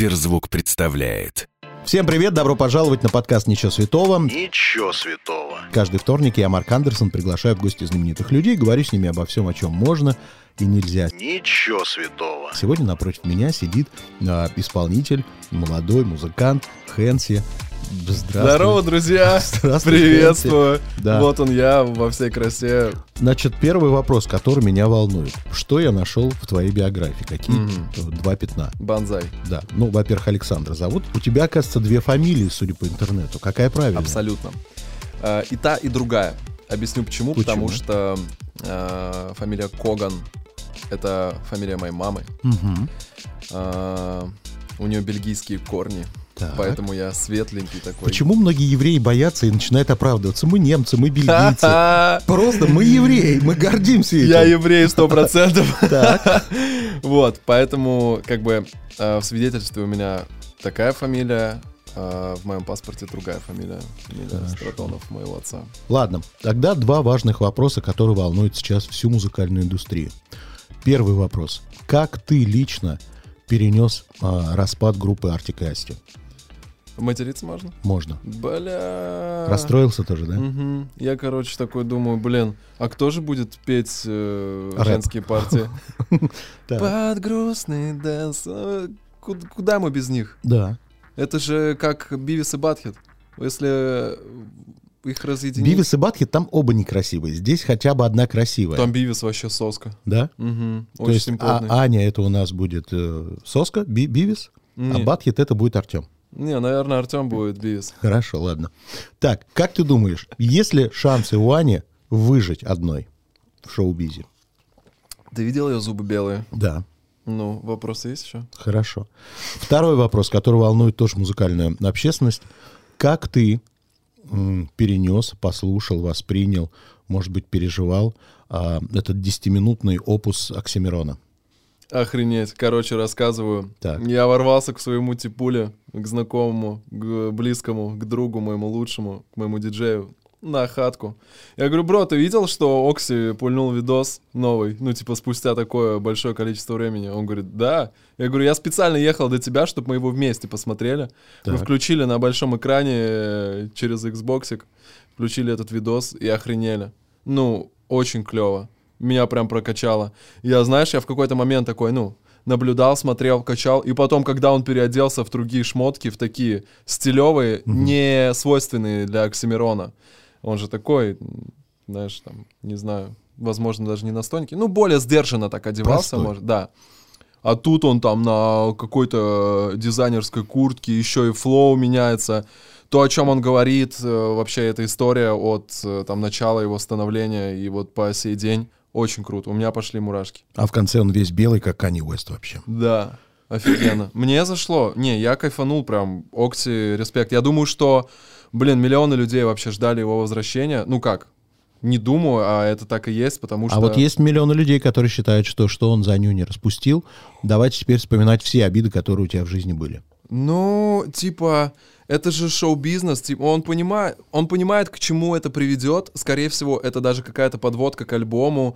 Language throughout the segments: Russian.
Сберзвук представляет. Всем привет, добро пожаловать на подкаст «Ничего святого». Ничего святого. Каждый вторник я, Марк Андерсон, приглашаю в гости знаменитых людей, говорю с ними обо всем, о чем можно и нельзя. Ничего святого. Сегодня напротив меня сидит исполнитель, молодой музыкант Хэнси. Здравствуй. Здорово, друзья! Здравствуй, Приветствую! Да. Вот он я во всей красе. Значит, первый вопрос, который меня волнует. Что я нашел в твоей биографии? Какие два пятна? Банзай. Да. Ну, во-первых, Александра зовут. У тебя, оказывается, две фамилии, судя по интернету. Какая правильная? Абсолютно. И та, и другая. Объясню почему. Потому что фамилия Коган — это фамилия моей мамы. У нее бельгийские корни. Так. Поэтому я светленький такой. Почему многие евреи боятся и начинают оправдываться? Мы немцы, мы бельгийцы. Просто мы евреи, мы гордимся этим. Я еврей 100%. Так. Вот, поэтому как бы в свидетельстве у меня такая фамилия, в моем паспорте другая фамилия. Фамилия Стратонов, моего отца. Ладно, тогда два важных вопроса, которые волнуют сейчас всю музыкальную индустрию. Первый вопрос. Как ты лично перенес распад группы Arctic и Asti? Материться можно? Можно. Бля. Расстроился тоже, да? Угу. Я, короче, такой думаю, а кто же будет петь женские партии? Под грустный дэнс. Куда мы без них? Да. Это же как Бивис и Батхед. Если их разъединить... Бивис и Батхед там оба некрасивые. Здесь хотя бы одна красивая. Там Бивис вообще соска. Да? Угу. То есть симпотный. Аня это у нас будет соска, Бивис, а Батхед это будет Артем. Не, наверное, Артем будет Бивис. Хорошо, ладно. Так, как ты думаешь, есть ли шансы у Ани выжить одной в шоу-бизе? Ты видел ее зубы белые? Да. Ну, вопросы есть еще? Хорошо. Второй вопрос, который волнует тоже музыкальную общественность. Как ты перенес, послушал, воспринял, может быть, переживал этот 10-минутный опус Оксимирона? Охренеть. Короче, рассказываю. Так. Я ворвался к своему типуле, к знакомому, к близкому, к другу моему лучшему, к моему диджею на хатку. Я говорю, бро, ты видел, что Окси пульнул видос новый? Ну, типа, спустя такое большое количество времени. Он говорит, да. Я говорю, я специально ехал до тебя, чтобы мы его вместе посмотрели. Так. Мы включили на большом экране через Xboxик, включили этот видос и охренели. Ну, очень клево. Меня прям прокачало. Я, знаешь, я в какой-то момент такой, наблюдал, смотрел, качал. И потом, когда он переоделся в другие шмотки, в такие стилевые, не свойственные для Оксимирона. Он же такой, знаешь, там, не знаю, возможно, даже не настолько. Более сдержанно так одевался, простой. может, да. А тут он там на какой-то дизайнерской куртке, еще и флоу меняется. То, о чем он говорит, вообще эта история от там, начала его становления и вот по сей день. Очень круто. У меня пошли мурашки. А в конце он весь белый, как Канье Уэст вообще. Да, офигенно. Мне зашло. Не, я кайфанул прям. Окси, респект. Я думаю, что, миллионы людей вообще ждали его возвращения. Ну как? Не думаю, а это так и есть, потому что... А вот есть миллионы людей, которые считают, что он за нюни распустил. Давайте теперь вспоминать все обиды, которые у тебя в жизни были. Ну, типа... Это же шоу-бизнес, типа, он понимает, к чему это приведет. Скорее всего, это даже какая-то подводка к альбому.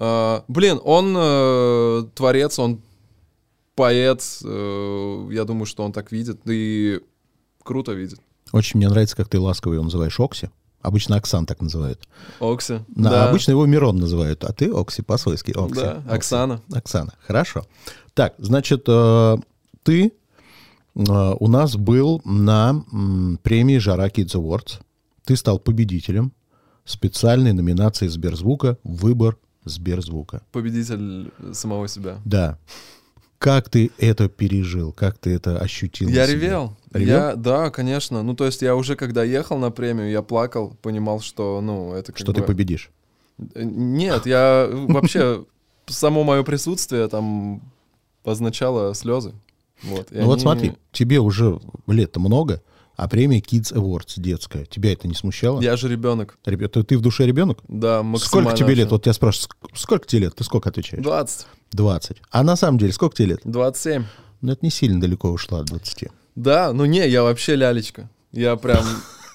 Он творец, он поэт. Я думаю, что он так видит. И круто видит. Очень мне нравится, как ты ласково его называешь Окси. Обычно Оксан так называют. Окси, да. Обычно его Мирон называют, а ты Окси по-свойски. Окси. Да, Окси. Оксана. Оксана, хорошо. Так, значит, ты... у нас был на премии «Жара Kids Awards». Ты стал победителем специальной номинации Сберзвука «Выбор Сберзвука». Победитель самого себя. Да. Как ты это пережил? Как ты это ощутил? Я ревел. Ревел? Да, конечно. Ну, то есть я уже, когда ехал на премию, я плакал, понимал, что, это как что бы... ты победишь? Нет, я вообще... Само мое присутствие там означало слезы. Вот, смотри, тебе уже лет-то много, а премия Kids Awards детская. Тебя это не смущало? Я же ребенок. Ты в душе ребенок? Да, максимально. Сколько тебе лет? Вот тебя спрашивают, сколько тебе лет? Ты сколько отвечаешь? 20. 20. А на самом деле, сколько тебе лет? 27. Ну, это не сильно далеко ушла от 20. Да, я вообще лялечка. Я прям...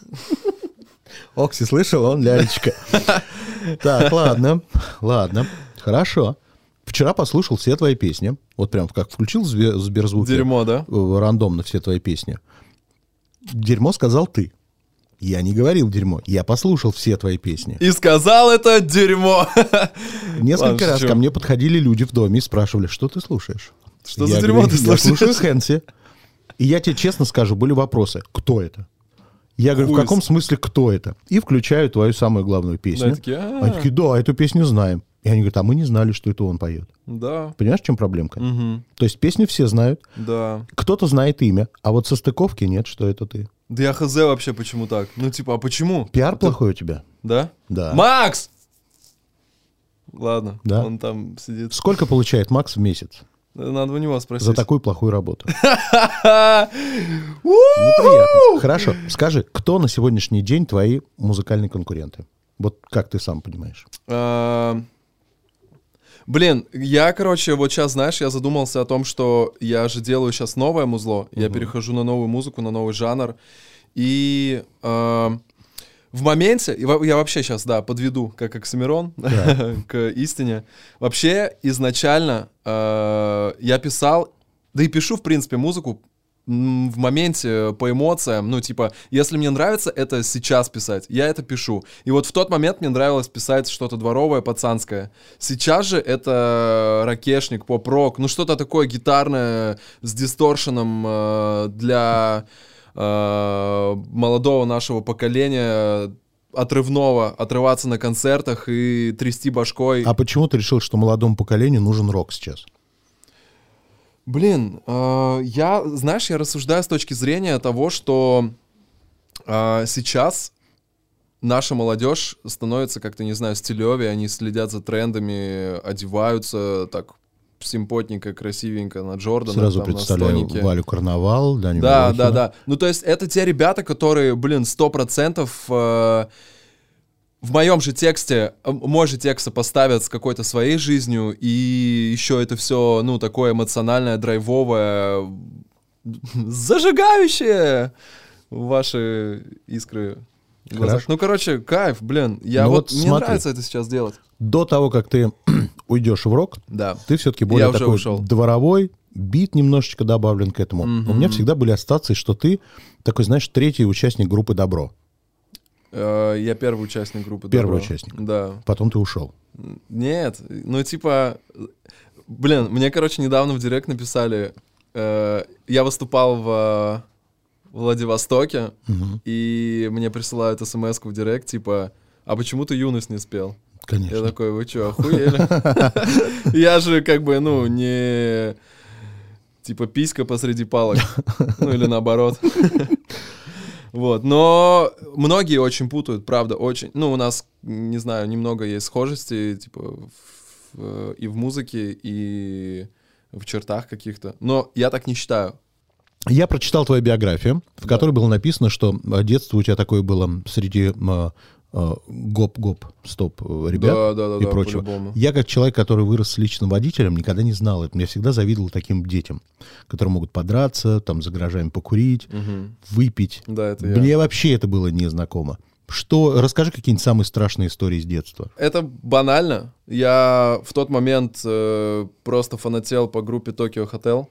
Окси, слышал? Он лялечка. Так, ладно. Хорошо. вчера послушал все твои песни. Вот прям как включил Сберзвуки. Дерьмо, да? Рандомно все твои песни. Дерьмо сказал ты. Я не говорил дерьмо. Я послушал все твои песни. И сказал это дерьмо. Несколько раз ко мне подходили люди в доме и спрашивали, что ты слушаешь? Что за дерьмо ты слушаешь? Я слушаю Хэнси. И я тебе честно скажу, были вопросы. Кто это? Я говорю, в каком смысле кто это? И включаю твою самую главную песню. Они такие, да, эту песню знаем. И они говорят, а мы не знали, что это он поет. Да. Понимаешь, в чем проблемка? То есть песню все знают. Да. Кто-то знает имя, а вот со стыковки нет, что это ты. Да я хз вообще, почему так? Ну, типа, а почему? Пиар плохой у тебя. Да? Да. Макс! Ладно, Да? он там сидит. Сколько получает Макс в месяц Надо у него спросить. за такую плохую работу? Неприятно. Хорошо. Скажи, кто на сегодняшний день твои музыкальные конкуренты? Вот как ты сам понимаешь? Блин, я, короче, вот сейчас, знаешь, я задумался о том, что я же делаю сейчас новое музло, я перехожу на новую музыку, на новый жанр, и в моменте, я вообще сейчас, да, подведу, как Оксимирон, к истине, вообще изначально я писал, да и пишу, в принципе, музыку в моменте, по эмоциям, ну, типа, если мне нравится это сейчас писать, я это пишу. И вот в тот момент мне нравилось писать что-то дворовое, пацанское. Сейчас же это ракешник, поп-рок, ну, что-то такое гитарное с дисторшеном для молодого нашего поколения, отрывного, отрываться на концертах и трясти башкой. А почему ты решил, что молодому поколению нужен рок сейчас? Блин, я рассуждаю с точки зрения того, что сейчас наша молодежь становится как-то, не знаю, стилевее, они следят за трендами, одеваются так симпотненько, красивенько на Джордана. Сразу там, представляю на Валю Карнавал, Даню Да, Милохина. да. Ну, то есть это те ребята, которые, блин, 100% в моем же тексте, мой же текст сопоставят с какой-то своей жизнью, и еще это все, ну, такое эмоциональное, драйвовое, зажигающее ваши искры в глазах. Ну, короче, кайф, блин. Мне нравится это сейчас делать. До того, как ты уйдешь в рок, Да. ты все-таки более такой ушел. дворовой, бит немножечко добавлен к этому. У меня всегда были ассоциации, что ты такой, знаешь, третий участник группы «Добро». Я первый участник группы Первый «Добро». участник. Да. Потом ты ушел. Нет, ну типа, блин, мне, короче, недавно в директ написали, я выступал в Владивостоке, и мне присылают смс-ку в директ, типа, а почему ты «Юность» не спел? Конечно. Я такой, вы что, охуели? Я же как бы, ну, не типа писька посреди палок, ну или наоборот. Вот, но многие очень путают, правда, очень. Ну, у нас, не знаю, немного есть схожести, типа, и в музыке, и в чертах каких-то. Но я так не считаю. Я прочитал твою биографию, в которой было написано, что детство у тебя такое было среди гоп-гоп-стоп ребят и прочего. По-любому. Я, как человек, который вырос с личным водителем, никогда не знал это. Я всегда завидовал таким детям, которые могут подраться, там, за гаражами покурить, выпить. Да, это я. Мне вообще это было незнакомо. Расскажи какие-нибудь самые страшные истории с детства. Это банально. Я в тот момент просто фанател по группе Tokyo Hotel.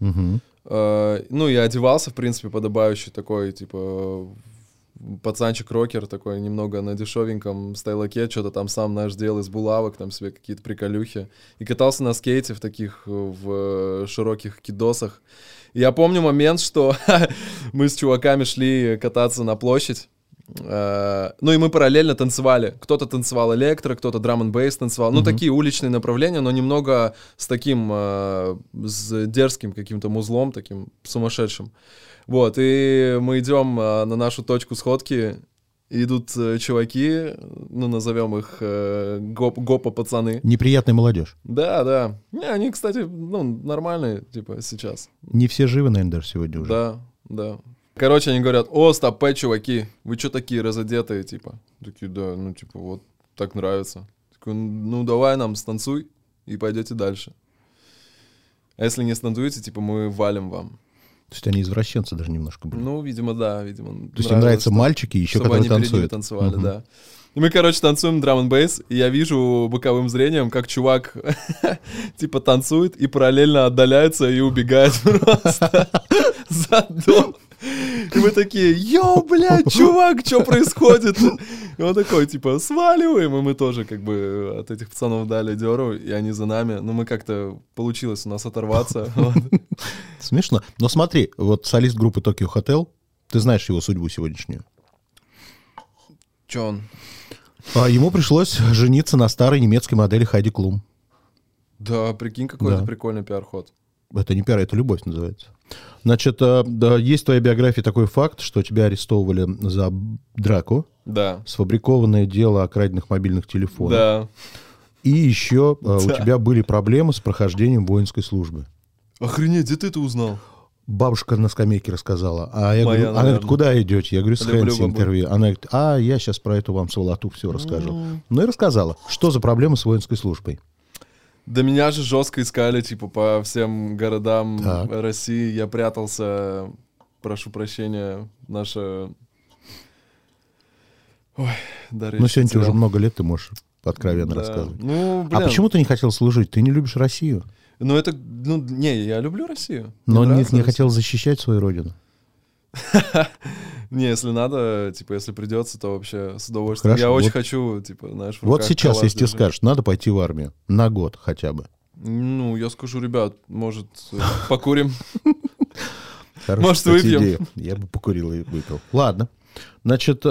Ну, я одевался, в принципе, подобающий такой, типа, пацанчик-рокер такой, немного на дешевеньком стайлаке, что-то там сам наш делал из булавок, там себе какие-то приколюхи. И катался на скейте в таких, в широких кидосах. И я помню момент, что мы с чуваками шли кататься на площадь. Ну и мы параллельно танцевали. Кто-то танцевал электро, кто-то драм-н-бейс танцевал. Ну, такие уличные направления, но немного с таким, с дерзким каким-то музлом, таким сумасшедшим. Вот, и мы идем на нашу точку сходки, и идут чуваки, ну, назовем их гопа-пацаны. Неприятная молодежь. Да. Не, они, кстати, ну, нормальные, типа, сейчас. Не все живы, наверное, даже сегодня уже. Да. Короче, они говорят, стопэ, чуваки, вы что такие разодетые, типа? Такие, да, ну, типа, вот так нравится. Такой, ну, давай нам станцуй и пойдете дальше. А если не станцуете, типа, мы валим вам. То есть они извращенцы даже немножко были. Ну, видимо, да, видимо. То есть им нравятся мальчики, еще чтобы которые они перед ними танцуют. танцевали, да. И мы, короче, танцуем драм-н-бейс, и я вижу боковым зрением, как чувак типа танцует и параллельно отдаляется и убегает просто за дом. И мы такие: йоу, блядь, чувак, что происходит? И он такой, типа, сваливаем, и мы тоже как бы от этих пацанов дали дёру, и они за нами. Но мы как-то, получилось у нас оторваться. Смешно. Но смотри, вот солист группы Tokyo Hotel, ты знаешь его судьбу сегодняшнюю. Чё он? Ему пришлось жениться на старой немецкой модели Хайди Клум. Да, прикинь, какой это Да. прикольный пиар-ход. Это не пиар, это любовь называется. Значит, да, есть в твоей биографии такой факт, что тебя арестовывали за драку, Да. сфабрикованное дело о краденных мобильных телефонах. Да. И еще у тебя были проблемы с прохождением воинской службы. Охренеть, где ты это узнал? Бабушка на скамейке рассказала. А я Моя, говорю, она говорит, наверное. куда идете? Я говорю, с Люблю Хэнси бабу. интервью. Она говорит, я сейчас про эту вам сволоту все расскажу. Ну и рассказала. Что за проблемы с воинской службой? Да меня же жестко искали, типа, по всем городам Так. России. Я прятался, прошу прощения, наша... Ой, да, речь Ну, сегодня тебе уже потерял. много лет, ты можешь откровенно Да. рассказывать. Ну, А блин. почему ты не хотел служить? Ты не любишь Россию? Ну, это... Ну, не, я люблю Россию. Но Мне не нравится Россия. хотел защищать свою родину. Не, если надо, типа, если придется, то вообще с удовольствием. Хорошо, Я очень вот- хочу, типа, знаешь, в Вот руках сейчас, калаш если тебе держать. скажешь, надо пойти в армию. На год хотя бы. Ну, я скажу, ребят, может, покурим? Хорошая, Может, кстати, выпьем? идея. Я бы покурил и выпил. Ладно. Значит,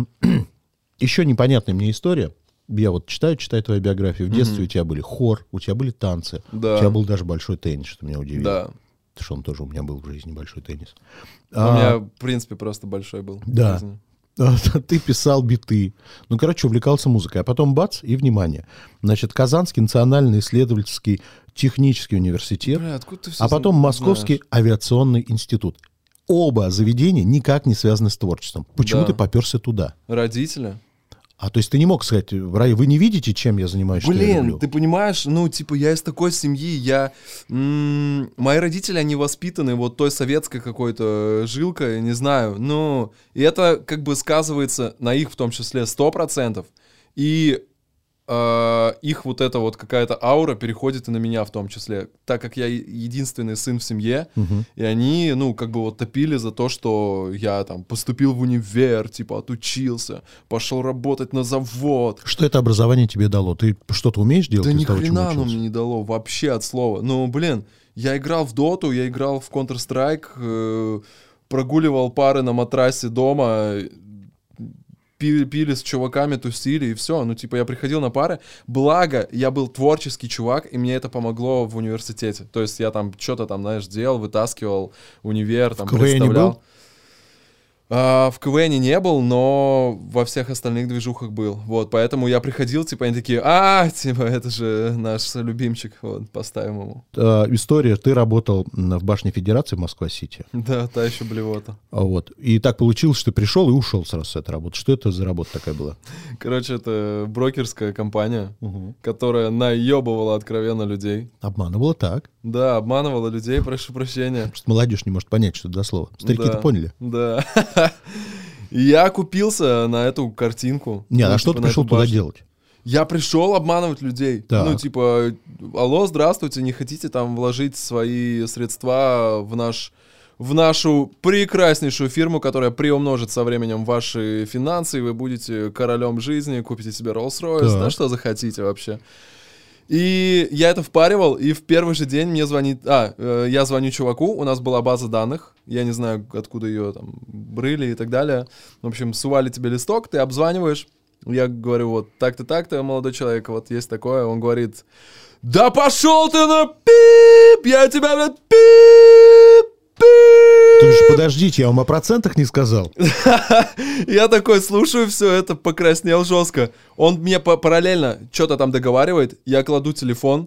еще непонятная мне история. Я вот читаю твою биографию. В детстве у тебя были хор, у тебя были танцы. Да. У тебя был даже большой теннис, что меня удивило. Да. Потому что он тоже у меня был в жизни, большой теннис. У меня, в принципе, просто большой был. в Да. жизни. Ты писал биты. Ну, короче, увлекался музыкой. А потом бац, и внимание. Значит, Казанский национальный исследовательский технический университет, Бля, откуда ты всё а потом знаешь? Московский авиационный институт. Оба заведения никак не связаны с творчеством. Почему Да. ты поперся туда? Родители? А то есть ты не мог сказать, вы не видите, чем я занимаюсь, что я Блин, люблю? ты понимаешь, ну, типа, я из такой семьи, мои родители, они воспитаны вот той советской какой-то жилкой, не знаю, ну, и это как бы сказывается на их в том числе 100%, и их вот эта вот какая-то аура переходит и на меня в том числе, так как я единственный сын в семье, и они, ну, как бы вот топили за то, что я там поступил в универ, типа, отучился, пошел работать на завод. Что это образование тебе дало? Ты что-то умеешь делать Да из ни того, чему хрена оно учился? мне не дало вообще от слова. Ну, блин, я играл в доту, я играл в Counter-Strike, прогуливал пары на матрасе дома, пили с чуваками, тусили, и все. Ну, типа, я приходил на пары. Благо, я был творческий чувак, и мне это помогло в университете. То есть я там что-то там, знаешь, делал, вытаскивал универ, там, В КВН не представлял. был? В КВН не был, но во всех остальных движухах был. Вот, поэтому я приходил, типа, они такие, типа, это же наш любимчик, вот, поставим ему. История, ты работал в башне Федерации в Москва-Сити. Да, та еще блевота. Вот. И так получилось, что ты пришел и ушел сразу с этой работы. Что это за работа такая была? Короче, это брокерская компания, которая наебывала откровенно людей. Обманывала так. Да, обманывала людей, прошу прощения. Просто молодежь не может понять, что это за слово. Старики-то Да, поняли. Да. И я купился на эту картинку. Нет, Ну, а что типа, ты на пришел эту туда башню. делать? Я пришел обманывать людей. Так. Ну, типа, алло, здравствуйте, не хотите там вложить свои средства в нашу прекраснейшую фирму, которая приумножит со временем ваши финансы, и вы будете королем жизни, купите себе Rolls-Royce, Так. да что захотите вообще. И я это впаривал, и в первый же день мне звонит... я звоню чуваку, у нас была база данных, я не знаю, откуда ее там брыли и так далее. В общем, сували тебе листок, ты обзваниваешь, я говорю, вот так-то, молодой человек, вот есть такое. Он говорит, да пошел ты на пип, я тебя, блядь, пип. Ты же подождите, я вам о процентах не сказал. Я такой слушаю все это, покраснел жестко. Он мне параллельно что-то там договаривает, я кладу телефон,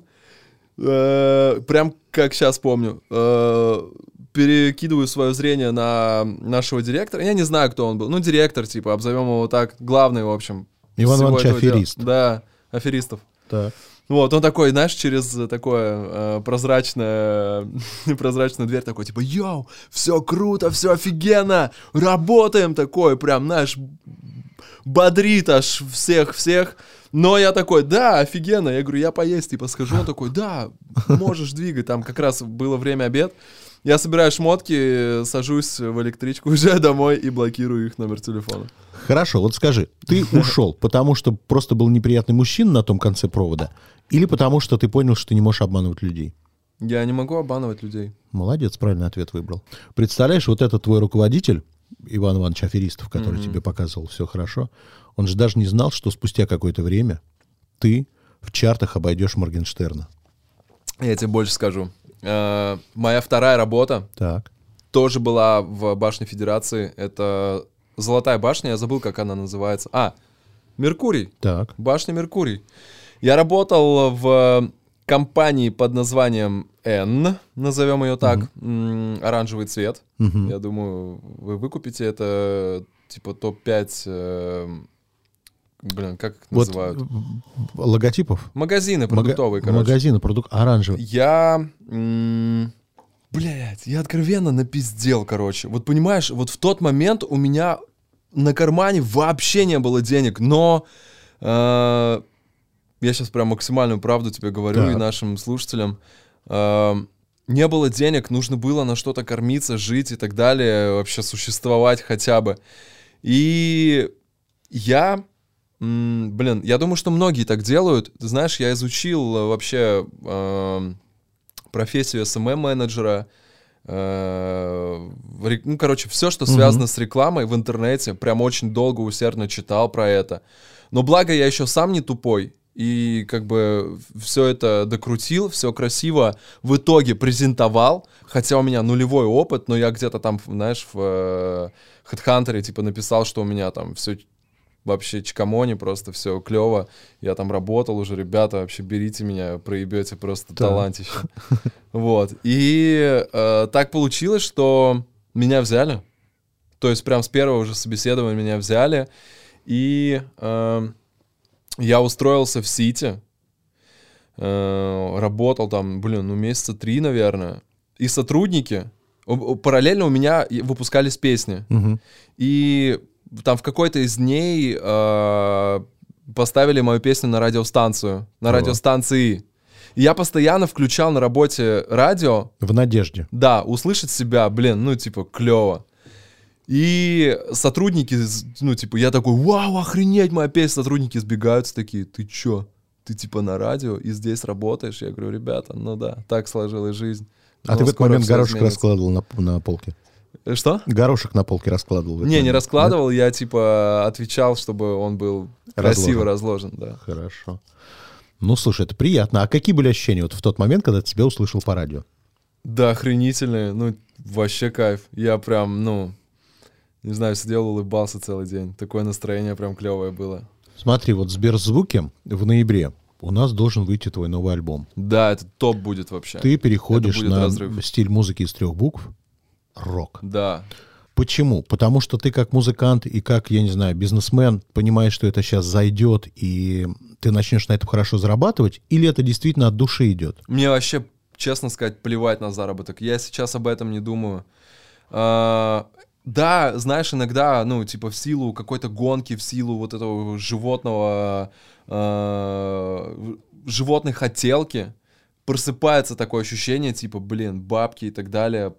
прям как сейчас помню, перекидываю свое зрение на нашего директора. Я не знаю, кто он был. Ну, директор, типа, обзовем его так. Главный, в общем. Иван всего Иванович этого дела. аферист. Да, аферистов. Так. Вот, он такой, знаешь, через такое прозрачную дверь такой, типа, йоу, все круто, все офигенно, работаем, такой, прям, знаешь, бодрит аж всех. Но я такой, да, офигенно. Я говорю, я поесть, типа, схожу. Он такой, да, можешь двигать. Там как раз было время обед. Я собираю шмотки, сажусь в электричку, уезжаю домой и блокирую их номер телефона. Хорошо, вот скажи, ты ушел, потому что просто был неприятный мужчина на том конце провода, или потому что ты понял, что ты не можешь обманывать людей? Я не могу обманывать людей. Молодец, правильный ответ выбрал. Представляешь, вот этот твой руководитель, Иван Иванович Аферистов, который тебе показывал все хорошо, он же даже не знал, что спустя какое-то время ты в чартах обойдешь Моргенштерна. Я тебе больше скажу. Моя вторая работа Так. тоже была в башне Федерации. Это Золотая башня, я забыл, как она называется. Меркурий. Так. Башня Меркурий. Я работал в компании под названием N, назовем ее так, оранжевый цвет. Я думаю, вы выкупите это, типа топ-5, как их называют? Логотипов? Магазины продуктовые, короче. Магазины оранжевые. Я откровенно напиздел, короче. Вот понимаешь, вот в тот момент у меня на кармане вообще не было денег, но я сейчас прям максимальную правду тебе говорю и нашим слушателям. Не было денег, нужно было на что-то кормиться, жить и так далее, вообще существовать хотя бы. И я думаю, что многие так делают. Ты знаешь, я изучил вообще профессию SMM-менеджера, все, что связано с рекламой в интернете, прям очень долго, усердно читал про это. Но благо я еще сам не тупой, и как бы все это докрутил, все красиво в итоге презентовал, хотя у меня нулевой опыт, но я где-то там, знаешь, в HeadHunter типа написал, что у меня там все вообще чкамони, просто все клево. Я там работал уже, ребята, вообще берите меня, проебете, просто талантище. Вот. И так получилось, что меня взяли. То есть прям с первого же собеседования меня взяли. И я устроился в Сити. Работал там, месяца 3, наверное. И сотрудники... Параллельно у меня выпускались песни. И там в какой-то из дней поставили мою песню на радиостанцию. На радиостанции. И я постоянно включал на работе радио. В надежде. Да, услышать себя, клево. И сотрудники, я такой, вау, охренеть, моя песня. Сотрудники сбегаются такие, ты чё? Ты на радио и здесь работаешь? Я говорю, ребята, так сложилась жизнь. А ты в этот момент горошек раскладывал на полке? Что? Горошек на полке раскладывал. Не раскладывал, я отвечал, чтобы он был красиво разложен, да. Хорошо. Ну, слушай, это приятно. А какие были ощущения вот в тот момент, когда ты тебя услышал по радио? Да, охренительные, вообще кайф. Я прям, не знаю, сидел, улыбался целый день. Такое настроение прям клевое было. Смотри, вот в Сберзвуке в ноябре у нас должен выйти твой новый альбом. Да, это топ будет вообще. Ты переходишь на стиль музыки из 3 букв. Рок. Да. Почему? Потому что ты как музыкант и как, я не знаю, бизнесмен понимаешь, что это сейчас зайдет, и ты начнешь на этом хорошо зарабатывать, или это действительно от души идет? Мне вообще, честно сказать, плевать на заработок. Я сейчас об этом не думаю. Да, знаешь, иногда, в силу какой-то гонки, в силу вот этого животной хотелки просыпается такое ощущение, бабки и так далее,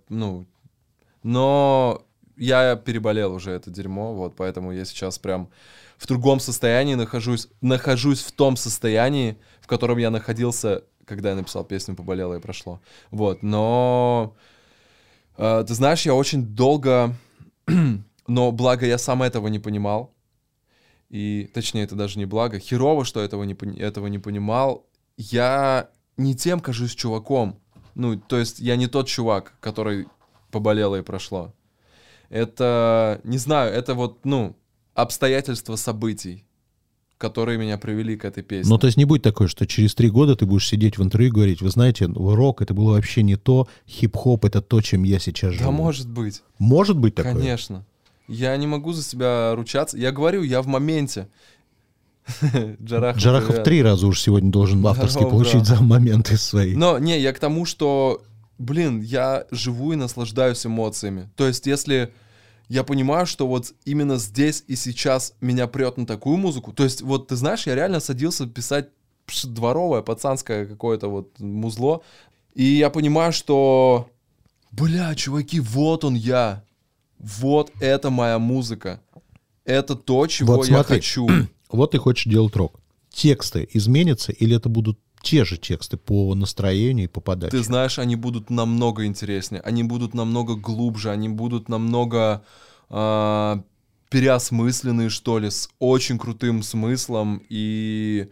но я переболел уже это дерьмо, вот, поэтому я сейчас прям в другом состоянии нахожусь в том состоянии, в котором я находился, когда я написал песню «Поболело и прошло». Вот, но ты знаешь, я очень долго, но благо я сам этого не понимал, и, точнее, это даже не благо, херово, что этого не понимал, я не тем кажусь чуваком, то есть я не тот чувак, который поболело и прошло. Это, не знаю, это обстоятельства событий, которые меня привели к этой песне. Ну, то есть не будет такое, что через 3 года ты будешь сидеть в интервью и говорить, вы знаете, рок — это было вообще не то, хип-хоп — это то, чем я сейчас живу. Да, может быть. Может быть такое? Конечно. Я не могу за себя ручаться. Я говорю, я в моменте. Джарахов привет. 3 раза уже сегодня должен авторский Здорово, получить бро. за моменты свои. Но, не, я к тому, что, блин, я живу и наслаждаюсь эмоциями. То есть, если я понимаю, что вот именно здесь и сейчас меня прет на такую музыку, то есть, вот ты знаешь, я реально садился писать дворовое, пацанское какое-то вот музло, и я понимаю, что, бля, чуваки, вот он я, вот это моя музыка, это то, чего Вот я смотри. хочу. Вот ты хочешь делать рок. Тексты изменятся или это будут те же тексты по настроению и по подаче? Ты знаешь, они будут намного интереснее, они будут намного глубже, они будут намного переосмысленные, что ли, с очень крутым смыслом. И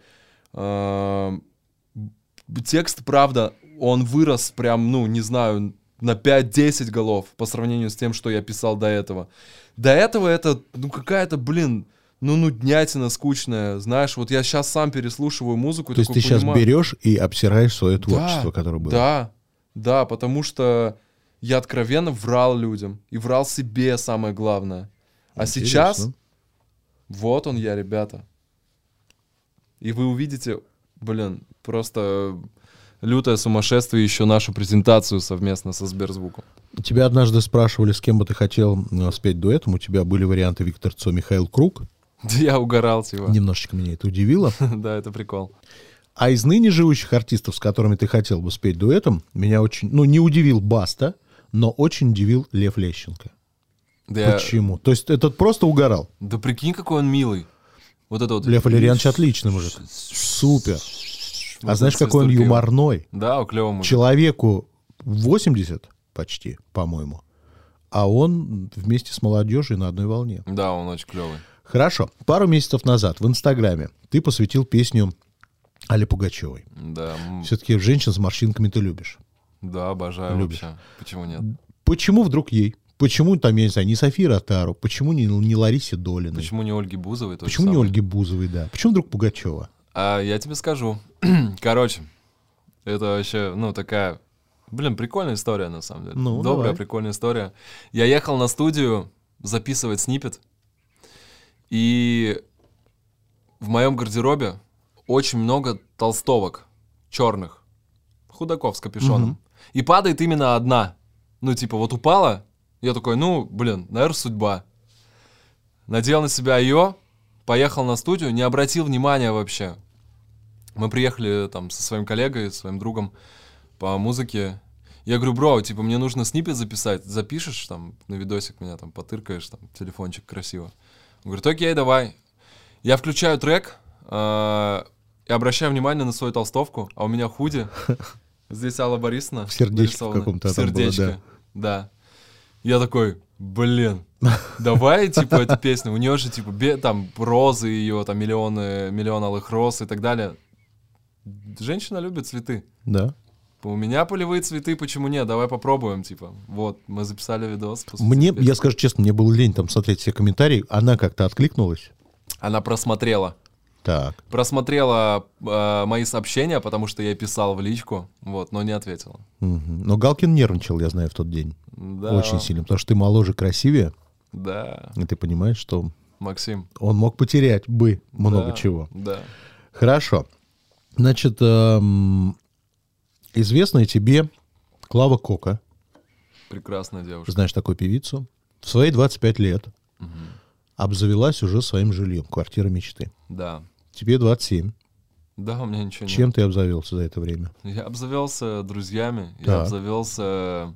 текст, правда, он вырос прям, ну, не знаю, на 5-10 голов по сравнению с тем, что я писал до этого. До этого это, ну, какая-то, блин, ну, нуднятина скучная. Знаешь, вот я сейчас сам переслушиваю музыку. То есть ты сейчас берешь и обсираешь свое творчество, которое было? Да, потому что я откровенно врал людям. И врал себе, самое главное. А Интересно. сейчас, вот он я, ребята. И вы увидите, блин, просто лютое сумасшествие, еще нашу презентацию совместно со Сберзвуком. Тебя однажды спрашивали, с кем бы ты хотел спеть дуэтом. У тебя были варианты Виктор Цой, Михаил Круг. Да я угорал, типа. Немножечко меня это удивило. Да, это прикол. А из ныне живущих артистов, с которыми ты хотел бы спеть дуэтом, меня очень, ну, не удивил Баста, но очень удивил Лев Лещенко. Да Почему? То есть этот просто угорал. Да прикинь, какой он милый. Вот это вот. Лев Валерьянович отличный мужик. Супер. А знаешь, какой он юморной? Да, клевый мужик. Человеку 80 почти, по-моему. А он вместе с молодежью на одной волне. Да, он очень клевый. Хорошо. Пару месяцев назад в Инстаграме ты посвятил песню Алле Пугачевой. Да, Все-таки женщин с морщинками ты любишь. да, обожаю Любишь. вообще. Почему нет? Почему вдруг ей? Почему там, я не знаю, не Софии Ротару? Почему не Ларисе Долиной? Почему не Ольги Бузовой? то же Почему не самое? Ольги Бузовой, да? Почему вдруг Пугачева? А я тебе скажу. Короче, это вообще, ну, такая, блин, прикольная история, на самом деле. Ну, Добрая, давай. прикольная история. Я ехал на студию записывать сниппет, и в моем гардеробе очень много толстовок черных, худаков с капюшоном. И падает именно одна. Ну, типа, вот упала, я такой, ну, блин, наверное, судьба. Надел на себя ее, поехал на студию, не обратил внимания вообще. Мы приехали там со своим коллегой, своим другом по музыке. Я говорю, бро, типа, мне нужно сниппет записать. Запишешь там на видосик меня там, потыркаешь, там, телефончик красиво. Он говорит, окей, давай. Я включаю трек и обращаю внимание на свою толстовку, а у меня худи. Здесь Алла Борисовна. В сердечке нарисована. каком-то там было, Сердечко, да. Я такой, блин, давай, типа, эту песню. У нее же, типа, там розы ее, там миллион алых роз и так далее. Женщина любит цветы. Да. У меня полевые цветы, почему нет? Давай попробуем, типа. Вот, мы записали видос. Мне, я скажу честно, мне было лень там смотреть все комментарии. Она как-то откликнулась. Она просмотрела. Так. Просмотрела мои сообщения, потому что я писал в личку, вот, но не ответила. Мгм. Но Галкин нервничал, я знаю, в тот день. Да, Очень сильно. Потому что ты моложе, красивее. Да, И ты понимаешь, что Максим. он мог потерять бы много Да, чего. Да. Хорошо. Значит, известная тебе Клава Кока, Прекрасная девушка. знаешь такую певицу, в свои 25 лет Мгм. обзавелась уже своим жильем, квартира мечты. Да. Тебе 27. Да, у меня ничего Чем ты обзавелся за это время? нет. Я обзавелся друзьями, я Так. обзавелся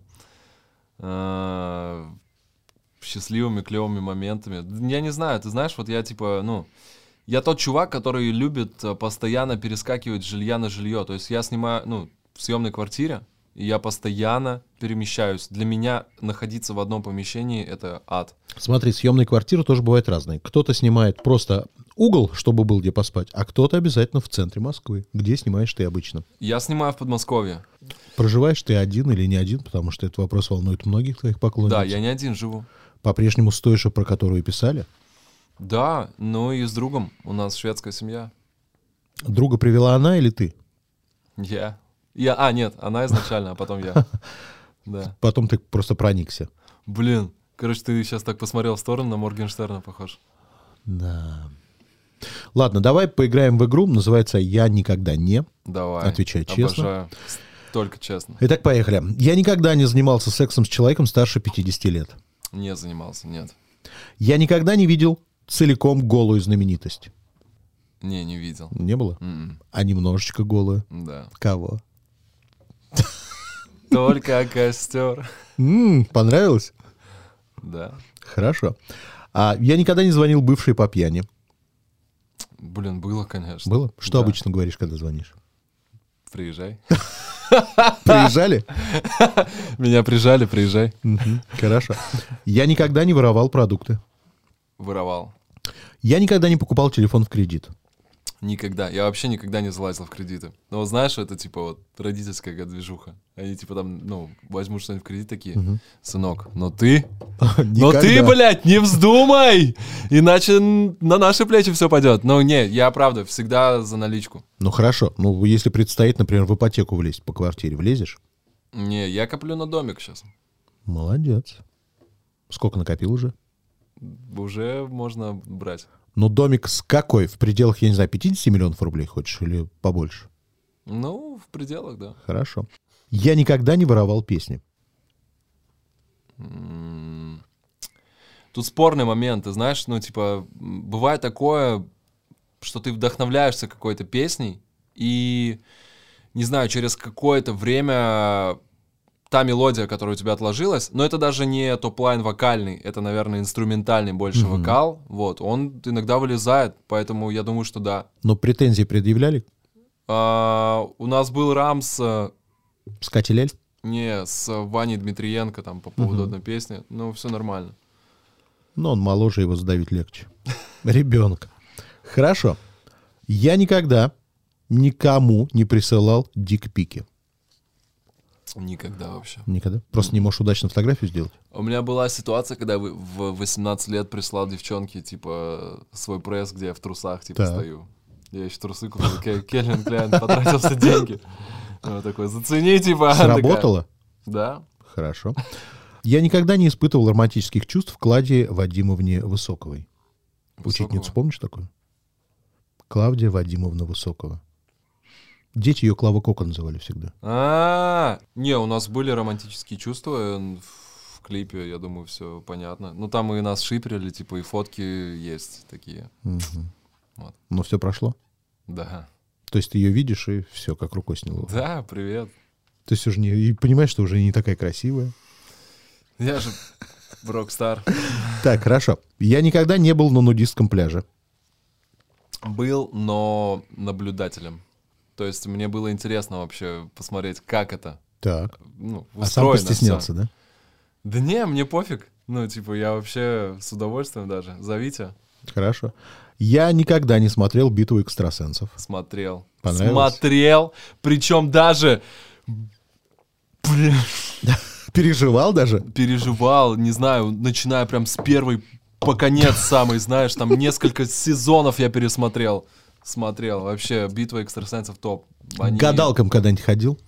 счастливыми, клевыми моментами. Я не знаю, ты знаешь, вот я типа, ну, я тот чувак, который любит постоянно перескакивать с жилья на жилье. То есть я снимаю, ну, в съемной квартире, и я постоянно перемещаюсь. Для меня находиться в одном помещении — это ад. Смотри, съемные квартиры тоже бывают разные. Кто-то снимает просто угол, чтобы был где поспать, а кто-то обязательно в центре Москвы. Где снимаешь ты обычно? Я снимаю в Подмосковье. Проживаешь ты один или не один, потому что этот вопрос волнует многих твоих поклонниц. Да, я не один живу. По-прежнему с той же, про которую писали. Да, ну и с другом. У нас шведская семья. Друга привела она или ты? Я. Нет, она изначально, а потом я. Да. Потом ты просто проникся. Блин, короче, ты сейчас так посмотрел в сторону, на Моргенштерна похож. Да. Ладно, давай поиграем в игру. Называется «Я никогда не». Давай. Отвечай честно. Обожаю. Только честно. Итак, поехали. Я никогда не занимался сексом с человеком старше 50 лет. Не занимался, нет. Я никогда не видел целиком голую знаменитость. Не видел. Не было? М-м. А немножечко голую? Да. Кого? Только костер. Понравилось? Да. Хорошо. Я никогда не звонил бывшей по пьяни. Блин, было, конечно. Было? Что Да. обычно говоришь, когда звонишь? Приезжай. Приезжали? Меня прижали, приезжай. Хорошо. Я никогда не воровал продукты. Воровал. Я никогда не покупал телефон в кредит. Никогда. Я вообще никогда не залазил в кредиты. Но вот знаешь, это типа вот родительская какая-то движуха. Они типа там, возьмут что-нибудь в кредит такие. Сынок, но ты, Никогда. блядь, не вздумай! Иначе на наши плечи все пойдет. Но не, я правда всегда за наличку. Ну хорошо. Ну, если предстоит, например, в ипотеку влезть по квартире, влезешь? Не, я коплю на домик сейчас. Молодец. Сколько накопил уже? Уже можно брать. Ну, домик с какой? В пределах, я не знаю, 50 миллионов рублей хочешь или побольше? Ну, в пределах, да. Хорошо. Я никогда не воровал песни. Тут спорный момент, ты знаешь, бывает такое, что ты вдохновляешься какой-то песней, и, не знаю, через какое-то время та мелодия, которая у тебя отложилась, но это даже не топ-лайн вокальный, это, наверное, инструментальный больше вокал, вот, он иногда вылезает, поэтому я думаю, что да. Но претензии предъявляли? У нас был рамс... С Катей Лель? Не, с Ваней Дмитриенко там по поводу одной песни, все нормально. Но он моложе, его сдавить легче. Ребенка. Хорошо. Я никогда никому не присылал дикпики. Никогда вообще. Никогда? Просто не можешь удачно фотографию сделать? У меня была ситуация, когда я в 18 лет прислал девчонке, типа, свой пресс, где я в трусах, типа, Так. стою. Я еще трусы купил, Кельвин Кляйн, потратился деньги. Вот такой, зацени, типа. Сработало? Да. Хорошо. Я никогда не испытывал романтических чувств в Клавдии Вадимовне Высоковой. Учительницу помнишь такую? Клавдия Вадимовна Высокова. Дети ее Клава Кока называли всегда. Не, у нас были романтические чувства в клипе, я думаю, все понятно. Ну, там и нас шиперили, типа, и фотки есть такие. Вот. Но все прошло? Да. То есть ты ее видишь, и все, как рукой сняло? Да, привет. То есть уже и понимаешь, что уже не такая красивая? Я же рок-стар. Так, хорошо. Я никогда не был на нудистском пляже. Был, но наблюдателем. То есть мне было интересно вообще посмотреть, как это. Так. Устроено. А сам постеснялся, всё. да? Да не, мне пофиг. Я вообще с удовольствием даже. Зовите. Хорошо. Я никогда не смотрел «Битву экстрасенсов». Смотрел. Понравилось? Смотрел. Причем даже... Блин. Переживал даже? Переживал, не знаю, начиная прям с первой по конец самый, знаешь, там несколько сезонов я пересмотрел. Смотрел. Вообще, «Битва экстрасенсов» топ. К гадалкам когда-нибудь ходил?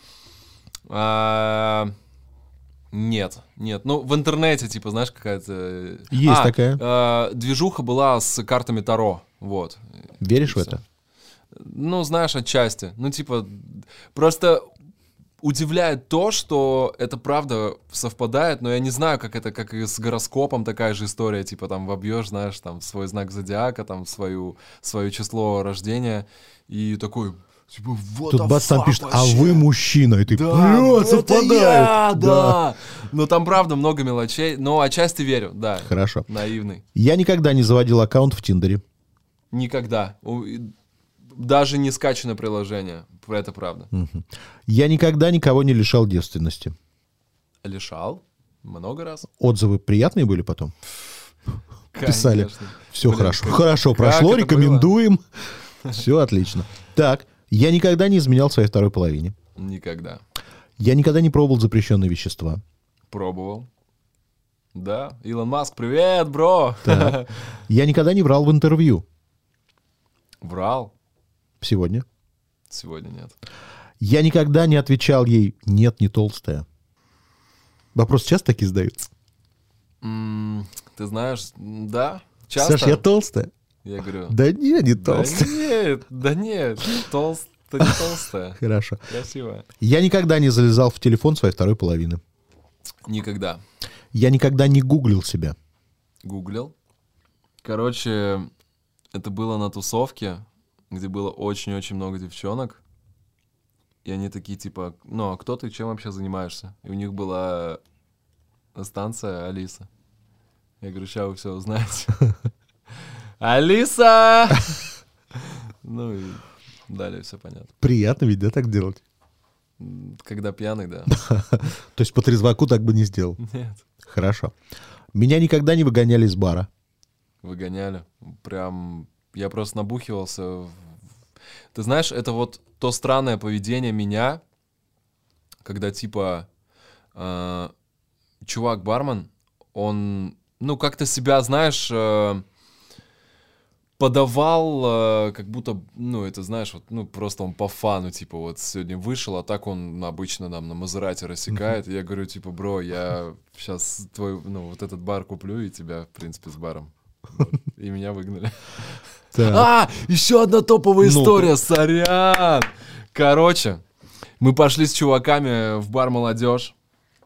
Нет. Ну, в интернете, типа, знаешь, какая-то... Есть такая. Движуха была с картами Таро, вот. Веришь в это? Ну, знаешь, отчасти. Просто удивляет то, что это правда совпадает, но я не знаю, как это, как и с гороскопом такая же история, типа, там, вобьешь, знаешь, там, свой знак зодиака, там, свое число рождения, и такой... Типа, вот Тут бац, там пишет, а вообще. вы мужчина, и ты, Да, «Бля, совпадает!» да. Но там правда много мелочей, но отчасти верю, да. Хорошо. Наивный. Я никогда не заводил аккаунт в Тиндере. Никогда. Даже не скачано приложение. Это правда. Я никогда никого не лишал девственности. Лишал? Много раз? Отзывы приятные были потом? Писали. Конечно. Все Блин, хорошо. как- Хорошо как прошло, это рекомендуем. Все отлично. Так, я никогда не изменял своей второй половине. Никогда. Я никогда не пробовал запрещенные вещества. Пробовал. Да. Илон Маск, привет, бро. Так. Я никогда не врал в интервью. Врал. Сегодня. Сегодня нет. Я никогда не отвечал ей «нет, не толстая». Вопрос часто такие задаются? Ты знаешь, да, часто. Саш, я толстая. Я говорю... Да не толстая. Да нет, не толстая. Хорошо. Красивая. Я никогда не залезал в телефон своей второй половины. Никогда. Я никогда не гуглил себя. Гуглил. Короче, это было на тусовке, где было очень-очень много девчонок. И они такие, типа, ну, а кто ты, чем вообще занимаешься? И у них была станция Алиса. Я говорю, сейчас вы все узнаете. Алиса! Ну и далее все понятно. Приятно ведь, да, так делать? Когда пьяный, да. То есть по трезваку так бы не сделал? Нет. Хорошо. Меня никогда не выгоняли из бара. Выгоняли. Прям... Я просто набухивался. Ты знаешь, это вот то странное поведение меня, когда, типа, чувак-бармен, он, ну, как-то себя, знаешь, подавал, как будто, ну, это, знаешь, вот, ну, просто он по фану, типа, вот сегодня вышел, а так он обычно нам на Мазерате рассекает. И я говорю, типа, бро, я сейчас твой, ну, вот этот бар куплю и тебя, в принципе, с баром. Вот. И меня выгнали. Так. Еще одна топовая история, сорян. Короче, мы пошли с чуваками в бар «Молодежь».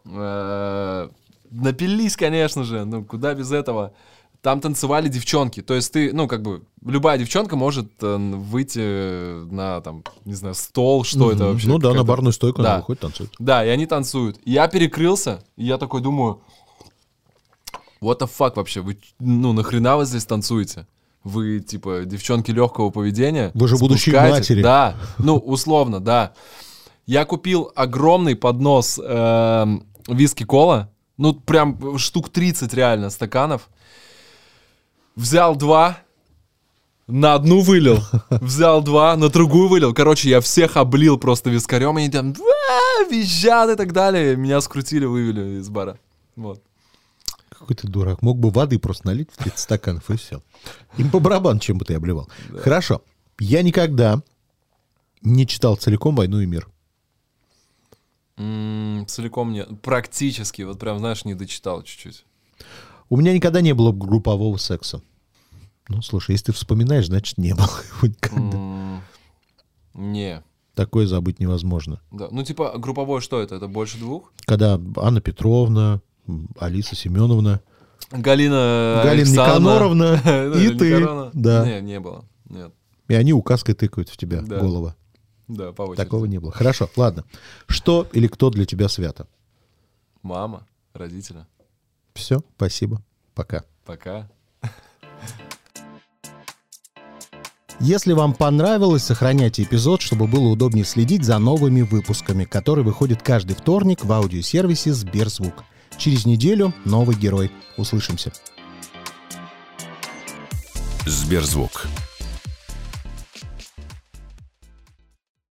Напились, конечно же, ну куда без этого. Там танцевали девчонки. То есть ты, ну как бы, любая девчонка может выйти на, там, не знаю, стол, что это вообще. Ну да, на барную стойку да. она выходит, танцует. Да, и они танцуют. И я перекрылся, и я такой думаю, what the fuck вообще, вы, ну нахрена вы здесь танцуете? Вы, типа, девчонки легкого поведения. Вы же будущие спускаете. матери. Да, ну, условно, да. Я купил огромный поднос виски-кола. Ну, прям штук 30 реально стаканов. Взял 2, на одну вылил. Взял 2, на другую вылил. Короче, я всех облил просто вискарем. И они там визжат и так далее. Меня скрутили, вывели из бара. Вот. Какой ты дурак. Мог бы воды просто налить в 30 стаканов, и все. Им по барабану, чем бы ты обливал. Да. Хорошо. Я никогда не читал целиком «Войну и мир». Целиком нет. Практически. Вот прям, знаешь, не дочитал чуть-чуть. У меня никогда не было группового секса. Ну, слушай, если ты вспоминаешь, значит, не было его никогда. Не. Такое забыть невозможно. Да. Ну, типа, групповое что это? Это больше 2? Когда Анна Петровна, Алиса Семеновна, Галина Никаноровна и ты. Да. Не было. Нет. И они указкой тыкают в тебя голову. Да, по очереди. Такого не было. Хорошо, ладно. Что или кто для тебя свято? Мама, родители. Все, спасибо. Пока. Пока. Если вам понравилось, сохраняйте эпизод, чтобы было удобнее следить за новыми выпусками, которые выходят каждый вторник в аудиосервисе Сберзвук. Через неделю новый герой. Услышимся. Сберзвук.